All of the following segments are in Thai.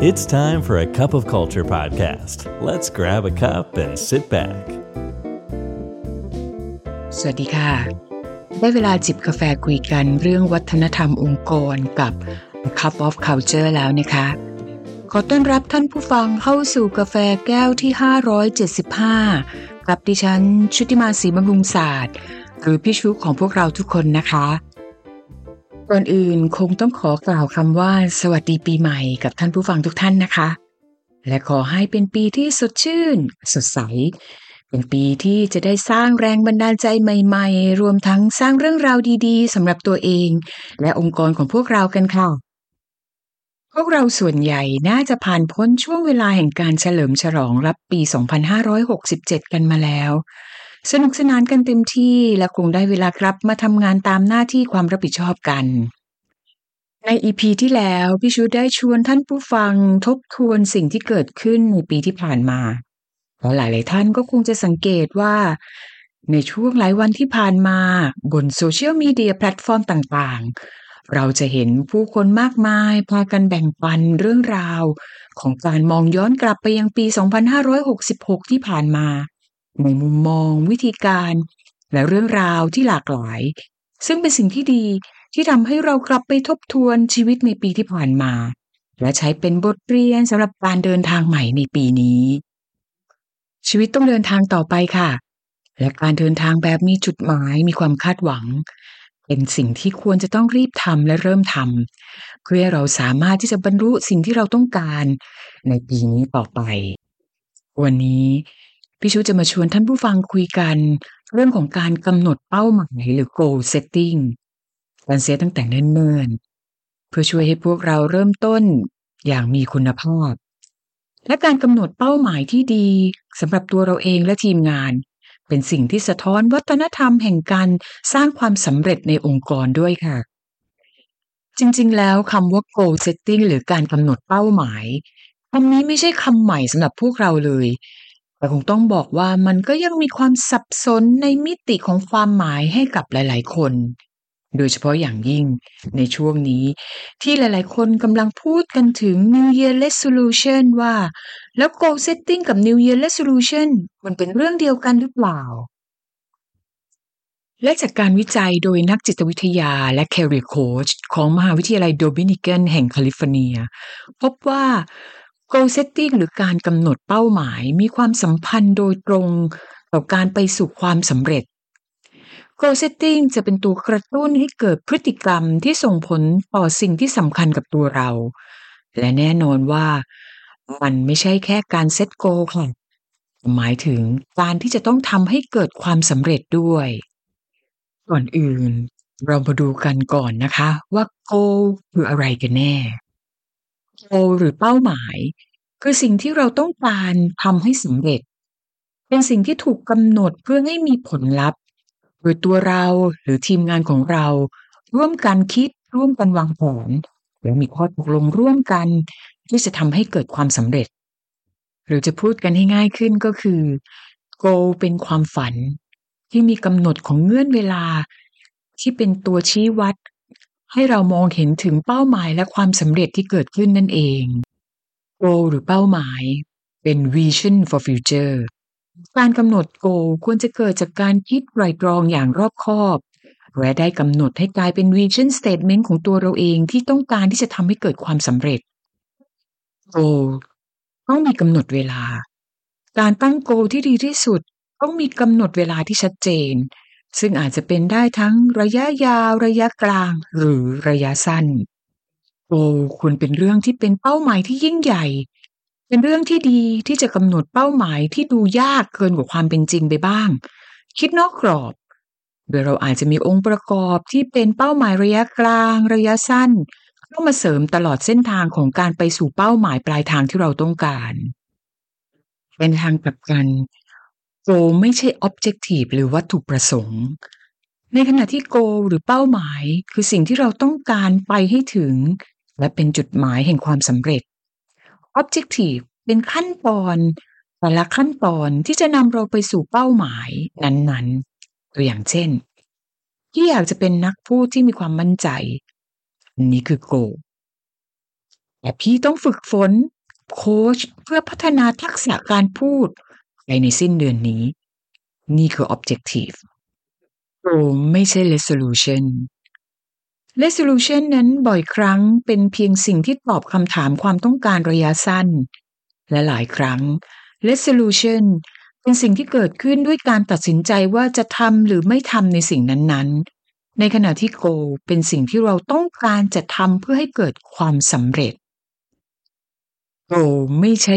It's time for a cup of culture podcast. Let's grab a cup and sit back. สวัสดีค่ะได้เวลาจิบกาแฟคุยกันเรื่องวัฒนธรรมองค์กรกับ A Cup of Culture แล้วนะคะขอต้อนรับท่านผู้ฟังเข้าสู่กาแฟแก้วที่575กับดิฉันชุติมาศรีบำรุงศาสตร์หรือพี่ชุของพวกเราทุกคนนะคะก่อนอื่นคงต้องขอกล่าวคำว่าสวัสดีปีใหม่กับท่านผู้ฟังทุกท่านนะคะและขอให้เป็นปีที่สดชื่นสดใสเป็นปีที่จะได้สร้างแรงบันดาลใจใหม่ๆรวมทั้งสร้างเรื่องราวดีๆสำหรับตัวเองและองค์กรของพวกเรากันค่ะพวกเราส่วนใหญ่น่าจะผ่านพ้นช่วงเวลาแห่งการเฉลิมฉลองรับปี2567กันมาแล้วสนุกสนานกันเต็มที่และคงได้เวลากลับมาทำงานตามหน้าที่ความรับผิดชอบกันใน EP ที่แล้วพี่ชูได้ชวนท่านผู้ฟังทบทวนสิ่งที่เกิดขึ้นในปีที่ผ่านมาเพราะหลายๆท่านก็คงจะสังเกตว่าในช่วงหลายวันที่ผ่านมาบนโซเชียลมีเดียแพลตฟอร์มต่างๆเราจะเห็นผู้คนมากมายพากันแบ่งปันเรื่องราวของการมองย้อนกลับไปยังปี2566ที่ผ่านมาในมุมมองวิธีการและเรื่องราวที่หลากหลายซึ่งเป็นสิ่งที่ดีที่ทำให้เรากลับไปทบทวนชีวิตในปีที่ผ่านมาและใช้เป็นบทเรียนสำหรับการเดินทางใหม่ในปีนี้ชีวิตต้องเดินทางต่อไปค่ะและการเดินทางแบบมีจุดหมายมีความคาดหวังเป็นสิ่งที่ควรจะต้องรีบทำและเริ่มทำเพื่อให้เราสามารถที่จะบรรลุสิ่งที่เราต้องการในปีนี้ต่อไปวันนี้พี่ชูจะมาชวนท่านผู้ฟังคุยกันเรื่องของการกำหนดเป้าหมายหรือ goal setting การเซตตั้งแต่เนิ่นๆเพื่อช่วยให้พวกเราเริ่มต้นอย่างมีคุณภาพและการกำหนดเป้าหมายที่ดีสำหรับตัวเราเองและทีมงานเป็นสิ่งที่สะท้อนวัฒนธรรมแห่งการสร้างความสำเร็จในองค์กรด้วยค่ะจริงๆแล้วคำว่า goal setting หรือการกำหนดเป้าหมายคำนี้ไม่ใช่คำใหม่สำหรับพวกเราเลยแต่คงต้องบอกว่ามันก็ยังมีความสับสนในมิติของความหมายให้กับหลายๆคนโดยเฉพาะอย่างยิ่งในช่วงนี้ที่หลายๆคนกำลังพูดกันถึง New Year Resolution ว่าแล้ว Goal Setting กับ New Year Resolution มันเป็นเรื่องเดียวกันหรือเปล่าและจากการวิจัยโดยนักจิตวิทยาและ Career Coach ของมหาวิทยาลัยโดมินิกันแห่งแคลิฟอร์เนียพบว่า Goal Setting หรือการกำหนดเป้าหมายมีความสัมพันธ์โดยตรงต่อการไปสู่ความสำเร็จ Goal Setting จะเป็นตัวกระตุ้นให้เกิดพฤติกรรมที่ส่งผลต่อสิ่งที่สำคัญกับตัวเราและแน่นอนว่ามันไม่ใช่แค่การเซต goal ค่ะหมายถึงการที่จะต้องทำให้เกิดความสำเร็จด้วยก่อนอื่นเรามาดูกันก่อนนะคะว่า goal คืออะไรกันแน่ goal หรือเป้าหมายคือสิ่งที่เราต้องการทำให้สำเร็จเป็นสิ่งที่ถูกกำหนดเพื่อให้มีผลลัพธ์โดยตัวเราหรือทีมงานของเราร่วมกันคิดร่วมกันวางแผนและมีข้อตกลงร่วมกันที่จะทำให้เกิดความสำเร็จหรือจะพูดกันให้ง่ายขึ้นก็คือ goal เป็นความฝันที่มีกำหนดของเงื่อนเวลาที่เป็นตัวชี้วัดให้เรามองเห็นถึงเป้าหมายและความสำเร็จที่เกิดขึ้นนั่นเอง goal หรือเป้าหมายเป็น vision for future การกำหนด goal ควรจะเกิดจากการคิดไตร่ตรองอย่างรอบคอบและได้กำหนดให้กลายเป็น vision statement ของตัวเราเองที่ต้องการที่จะทำให้เกิดความสำเร็จ goal ต้องมีกำหนดเวลาการตั้ง goal ที่ดีที่สุดต้องมีกำหนดเวลาที่ชัดเจนซึ่งอาจจะเป็นได้ทั้งระยะยาวระยะกลางหรือระยะสั้น goal ควรเป็นเรื่องที่เป็นเป้าหมายที่ยิ่งใหญ่เป็นเรื่องที่ดีที่จะกำหนดเป้าหมายที่ดูยากเกินกว่าความเป็นจริงไปบ้างคิดนอกกรอบโดยเราอาจจะมีองค์ประกอบที่เป็นเป้าหมายระยะกลางระยะสั้นเข้ามาเสริมตลอดเส้นทางของการไปสู่เป้าหมายปลายทางที่เราต้องการเป็นทางกลับกัน goal ไม่ใช่ objective หรือวัตถุประสงค์ในขณะที่ goal หรือเป้าหมายคือสิ่งที่เราต้องการไปให้ถึงและเป็นจุดหมายแห่งความสำเร็จ objective เป็นขั้นตอนแต่ละขั้นตอนที่จะนำเราไปสู่เป้าหมายนั้นๆตัวอย่างเช่นที่อยากจะเป็นนักพูดที่มีความมั่นใจนี่คือ goal แต่พี่ต้องฝึกฝนโค้ชเพื่อพัฒนาทักษะการพูดภายในสิ้นเดือนนี้นี่คือ Objective Goal ไม่ใช่ Resolution Resolution นั้นบ่อยครั้งเป็นเพียงสิ่งที่ตอบคำถามความต้องการระยะสั้นและหลายครั้ง Resolution เป็นสิ่งที่เกิดขึ้นด้วยการตัดสินใจว่าจะทำหรือไม่ทำในสิ่งนั้นๆในขณะที่ Goal เป็นสิ่งที่เราต้องการจะทำเพื่อให้เกิดความสำเร็จ Goal ไม่ใช่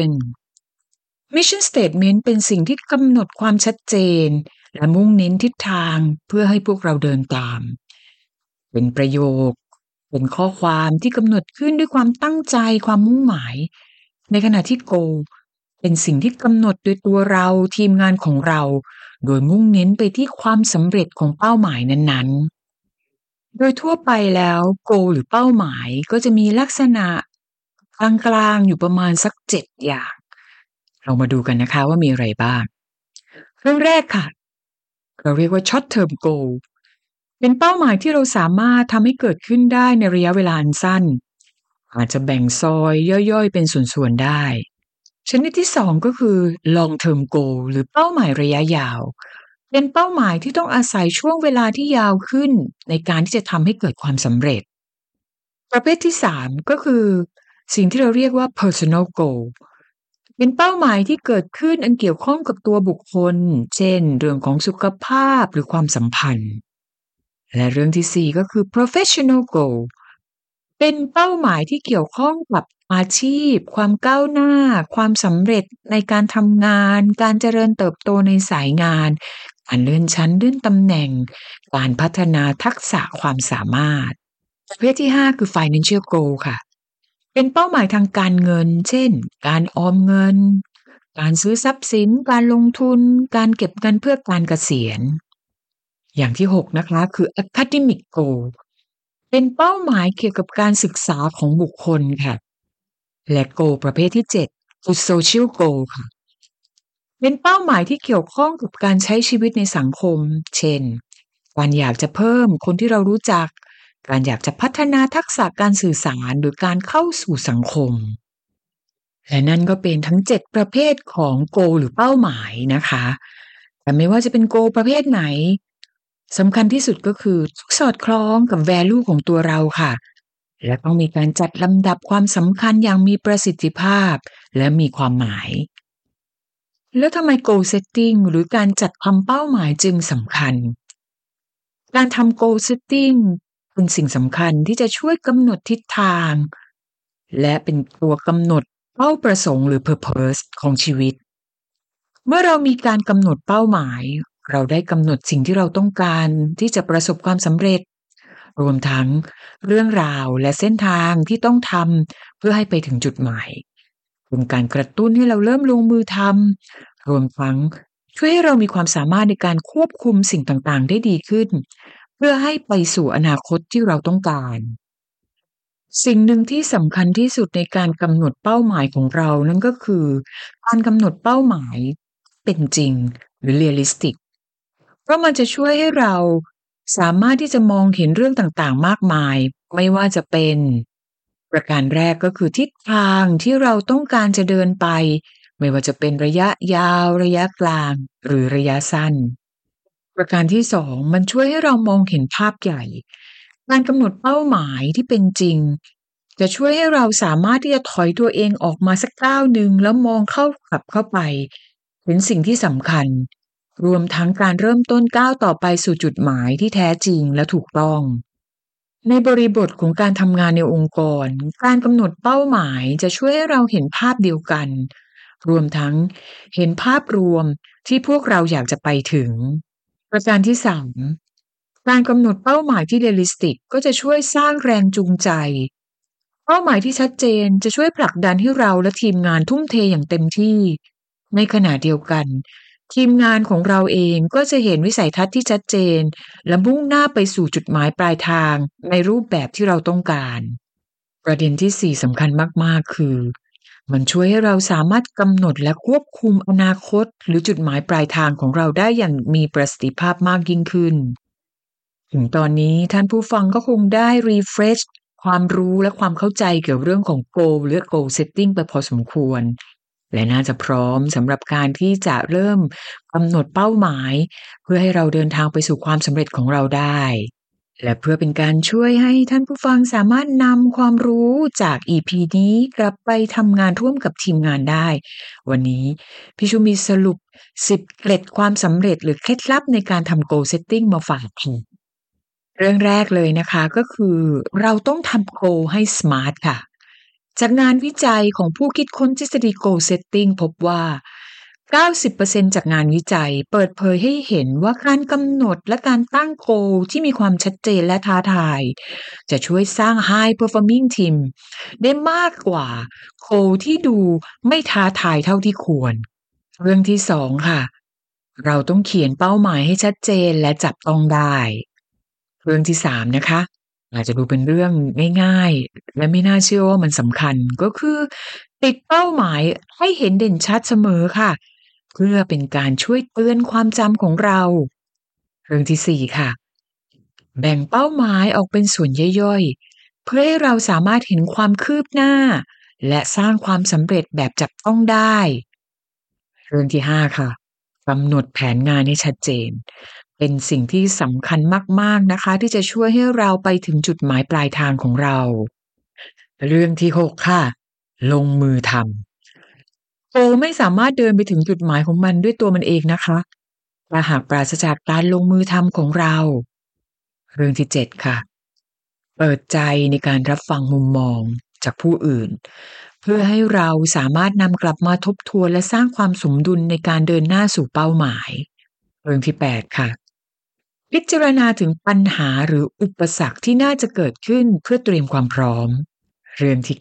Mission Statement เป็นสิ่งที่กำหนดความชัดเจนและมุ่งเน้นทิศทางเพื่อให้พวกเราเดินตามเป็นประโยคเป็นข้อความที่กำหนดขึ้นด้วยความตั้งใจความมุ่งหมายในขณะที่ Goal เป็นสิ่งที่กำหนดโดยตัวเราทีมงานของเราโดยมุ่งเน้นไปที่ความสำเร็จของเป้าหมายนั้นๆโดยทั่วไปแล้ว Goal หรือเป้าหมายก็จะมีลักษณะกลางๆอยู่ประมาณสัก7อย่างเรามาดูกันนะคะว่ามีอะไรบ้างเรื่องแรกค่ะเราเรียกว่า Short Term Goal เป็นเป้าหมายที่เราสามารถทำให้เกิดขึ้นได้ในระยะเวลาอันสั้นอาจจะแบ่งซอยย่อยๆเป็นส่วนๆได้ชนิดที่2ก็คือ Long Term Goal หรือเป้าหมายระยะยาวเป็นเป้าหมายที่ต้องอาศัยช่วงเวลาที่ยาวขึ้นในการที่จะทำให้เกิดความสำเร็จประเภทที่3ก็คือสิ่งที่เราเรียกว่า Personal Goal เป็นเป้าหมายที่เกิดขึ้นอันเกี่ยวข้องกับตัวบุคคลเช่นเรื่องของสุขภาพหรือความสัมพันธ์และเรื่องที่4ก็คือ professional goal เป็นเป้าหมายที่เกี่ยวข้องกับอาชีพความก้าวหน้าความสำเร็จในการทำงานการเจริญเติบโตในสายงานการเลื่อนชั้นเลื่อนตำแหน่งการพัฒนาทักษะความสามารถประเภทที่5คือ financial goal ค่ะเป็นเป้าหมายทางการเงินเช่นการออมเงินการซื้อทรัพย์สินการลงทุนการเก็บเงินเพื่อการเกษียณอย่างที่6นะคะคือ academic goal เป็นเป้าหมายเกี่ยวกับการศึกษาของบุคคลค่ะและ goal ประเภทที่7คือ social goal ค่ะเป็นเป้าหมายที่เกี่ยวข้องกับการใช้ชีวิตในสังคมเช่นการอยากจะเพิ่มคนที่เรารู้จักการอยากจะพัฒนาทักษะการสื่อสารหรือการเข้าสู่สังคมและนั่นก็เป็นทั้ง7ประเภทของ goal หรือเป้าหมายนะคะแต่ไม่ว่าจะเป็น goal ประเภทไหนสำคัญที่สุดก็คือสอดคล้องกับ value ของตัวเราค่ะและต้องมีการจัดลำดับความสำคัญอย่างมีประสิทธิภาพและมีความหมายแล้วทำไม goal setting หรือการจัดทำเป้าหมายจึงสำคัญการทำ goal setting เป็นสิ่งสำคัญที่จะช่วยกำหนดทิศทางและเป็นตัวกำหนดเป้าประสงค์หรือ purpose ของชีวิตเมื่อเรามีการกำหนดเป้าหมายเราได้กำหนดสิ่งที่เราต้องการที่จะประสบความสำเร็จรวมทั้งเรื่องราวและเส้นทางที่ต้องทำเพื่อให้ไปถึงจุดหมายเป็นการกระตุ้นให้เราเริ่มลงมือทำรวมทั้งช่วยให้เรามีความสามารถในการควบคุมสิ่งต่างๆได้ดีขึ้นเพื่อให้ไปสู่อนาคตที่เราต้องการสิ่งหนึ่งที่สำคัญที่สุดในการกำหนดเป้าหมายของเรานั่นก็คือการกำหนดเป้าหมายเป็นจริงหรือ realistic เพราะมันจะช่วยให้เราสามารถที่จะมองเห็นเรื่องต่างๆมากมายไม่ว่าจะเป็นประการแรกก็คือทิศทางที่เราต้องการจะเดินไปไม่ว่าจะเป็นระยะยาวระยะกลางหรือระยะสั้นประการที่2มันช่วยให้เรามองเห็นภาพใหญ่การกำหนดเป้าหมายที่เป็นจริงจะช่วยให้เราสามารถที่จะถอยตัวเองออกมาสักก้าวหนึ่งแล้วมองกลับเข้าไปเห็นสิ่งที่สำคัญรวมทั้งการเริ่มต้นก้าวต่อไปสู่จุดหมายที่แท้จริงและถูกต้องในบริบทของการทำงานในองค์กรการกำหนดเป้าหมายจะช่วยให้เราเห็นภาพเดียวกันรวมทั้งเห็นภาพรวมที่พวกเราอยากจะไปถึงประการที่3การกำหนดเป้าหมายที่เรียลลิสติกก็จะช่วยสร้างแรงจูงใจเป้าหมายที่ชัดเจนจะช่วยผลักดันให้เราและทีมงานทุ่มเทอย่างเต็มที่ในขณะเดียวกันทีมงานของเราเองก็จะเห็นวิสัยทัศน์ที่ชัดเจนและมุ่งหน้าไปสู่จุดหมายปลายทางในรูปแบบที่เราต้องการประเด็นที่4สำคัญมากๆคือมันช่วยให้เราสามารถกำหนดและควบคุมอนาคตหรือจุดหมายปลายทางของเราได้อย่างมีประสิทธิภาพมากยิ่งขึ้นถึงตอนนี้ท่านผู้ฟังก็คงได้ refresh ความรู้และความเข้าใจเกี่ยวกับเรื่องของ goal หรือ goal setting ไปพอสมควรและน่าจะพร้อมสำหรับการที่จะเริ่มกำหนดเป้าหมายเพื่อให้เราเดินทางไปสู่ความสำเร็จของเราได้และเพื่อเป็นการช่วยให้ท่านผู้ฟังสามารถนำความรู้จาก EP นี้กลับไปทำงานร่วมกับทีมงานได้วันนี้พี่ชูมีสรุป10เกร็ดความสำเร็จหรือเคล็ดลับในการทำ goal setting มาฝากค่ะเรื่องแรกเลยนะคะก็คือเราต้องทำ goal ให้ smart ค่ะจากงานวิจัยของผู้คิดค้นทฤษฎี goal setting พบว่า 90% จากงานวิจัยเปิดเผยให้เห็นว่าการกำหนดและการตั้ง goal ที่มีความชัดเจนและท้าทายจะช่วยสร้าง high performing team ได้มากกว่า goal ที่ดูไม่ท้าทายเท่าที่ควรเรื่องที่2ค่ะเราต้องเขียนเป้าหมายให้ชัดเจนและจับต้องได้เรื่องที่3นะคะอาจจะดูเป็นเรื่องง่ายๆและไม่น่าเชื่อว่ามันสำคัญก็คือติดเป้าหมายให้เห็นเด่นชัดเสมอค่ะเพื่อเป็นการช่วยเตือนความจำของเราเรื่องที่4ค่ะแบ่งเป้าหมายออกเป็นส่วนย่อยๆเพื่อให้เราสามารถเห็นความคืบหน้าและสร้างความสำเร็จแบบจับต้องได้เรื่องที่5ค่ะกำหนดแผนงานให้ชัดเจนเป็นสิ่งที่สำคัญมากๆนะคะที่จะช่วยให้เราไปถึงจุดหมายปลายทางของเราเรื่องที่6ค่ะลงมือทำโกไม่สามารถเดินไปถึงจุดหมายของมันด้วยตัวมันเองนะคะถ้าหากปราศจากการลงมือทำของเราเรื่องที่7ค่ะเปิดใจในการรับฟังมุมมองจากผู้อื่นเพื่อให้เราสามารถนำกลับมาทบทวนและสร้างความสมดุลในการเดินหน้าสู่เป้าหมายเรื่องที่8ค่ะพิจารณาถึงปัญหาหรืออุปสรรคที่น่าจะเกิดขึ้นเพื่อเตรียมความพร้อมเรื่องที่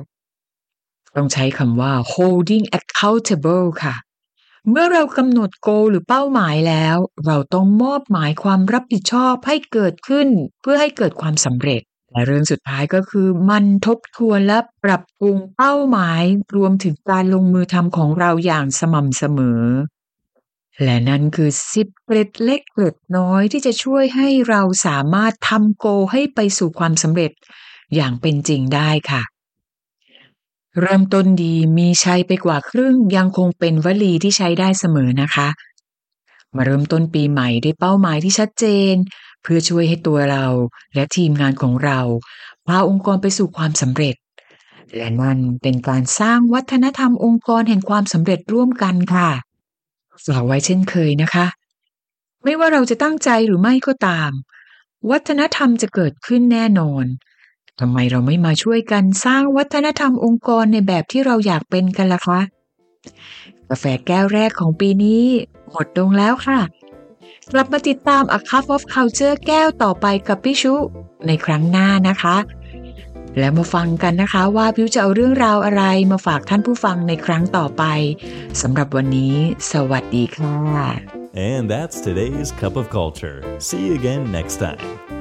9ต้องใช้คำว่า holding accountable ค่ะเมื่อเรากำหนด goal หรือเป้าหมายแล้วเราต้องมอบหมายความรับผิดชอบให้เกิดขึ้นเพื่อให้เกิดความสำเร็จและเรื่องสุดท้ายก็คือมันทบทวนและปรับปรุงเป้าหมายรวมถึงการลงมือทำของเราอย่างสม่ำเสมอและนั่นคือ10เกร็ดเล็กเกร็ดน้อยที่จะช่วยให้เราสามารถทำ goal ให้ไปสู่ความสำเร็จอย่างเป็นจริงได้ค่ะเริ่มต้นดีมีชัยไปกว่าครึ่งยังคงเป็นวลีที่ใช้ได้เสมอนะคะมาเริ่มต้นปีใหม่ด้วยเป้าหมายที่ชัดเจนเพื่อช่วยให้ตัวเราและทีมงานของเราพาองค์กรไปสู่ความสำเร็จและนั่นเป็นการสร้างวัฒนธรรมองค์กรแห่งความสำเร็จร่วมกันค่ะฝากไว้เช่นเคยนะคะไม่ว่าเราจะตั้งใจหรือไม่ก็ตามวัฒนธรรมจะเกิดขึ้นแน่นอนทำไมเราไม่มาช่วยกันสร้างวัฒนธรรมองค์กรในแบบที่เราอยากเป็นกันล่ะคะกาแฟแก้วแรกของปีนี้หมดลงแล้วค่ะกลับมาติดตาม A Cup of Culture แก้วต่อไปกับพี่ชุในครั้งหน้านะคะแล้วมาฟังกันนะคะว่าพี่จะเอาเรื่องราวอะไรมาฝากท่านผู้ฟังในครั้งต่อไปสำหรับวันนี้สวัสดีค่ะ And that's today's Cup of Culture. See you again next time.